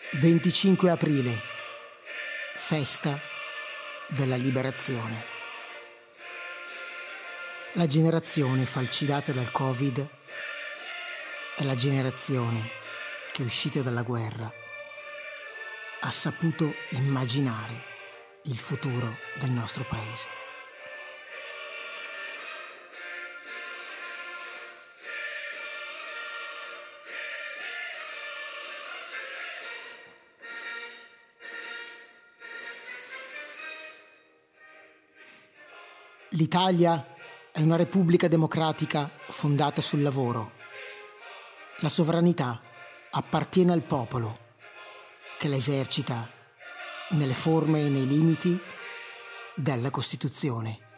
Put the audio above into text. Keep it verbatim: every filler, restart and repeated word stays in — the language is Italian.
venticinque aprile, festa della liberazione. La generazione falcidata dal Covid è la generazione che, uscita dalla guerra, ha saputo immaginare il futuro del nostro paese. L'Italia è una repubblica democratica fondata sul lavoro. La sovranità appartiene al popolo, che la esercita nelle forme e nei limiti della Costituzione.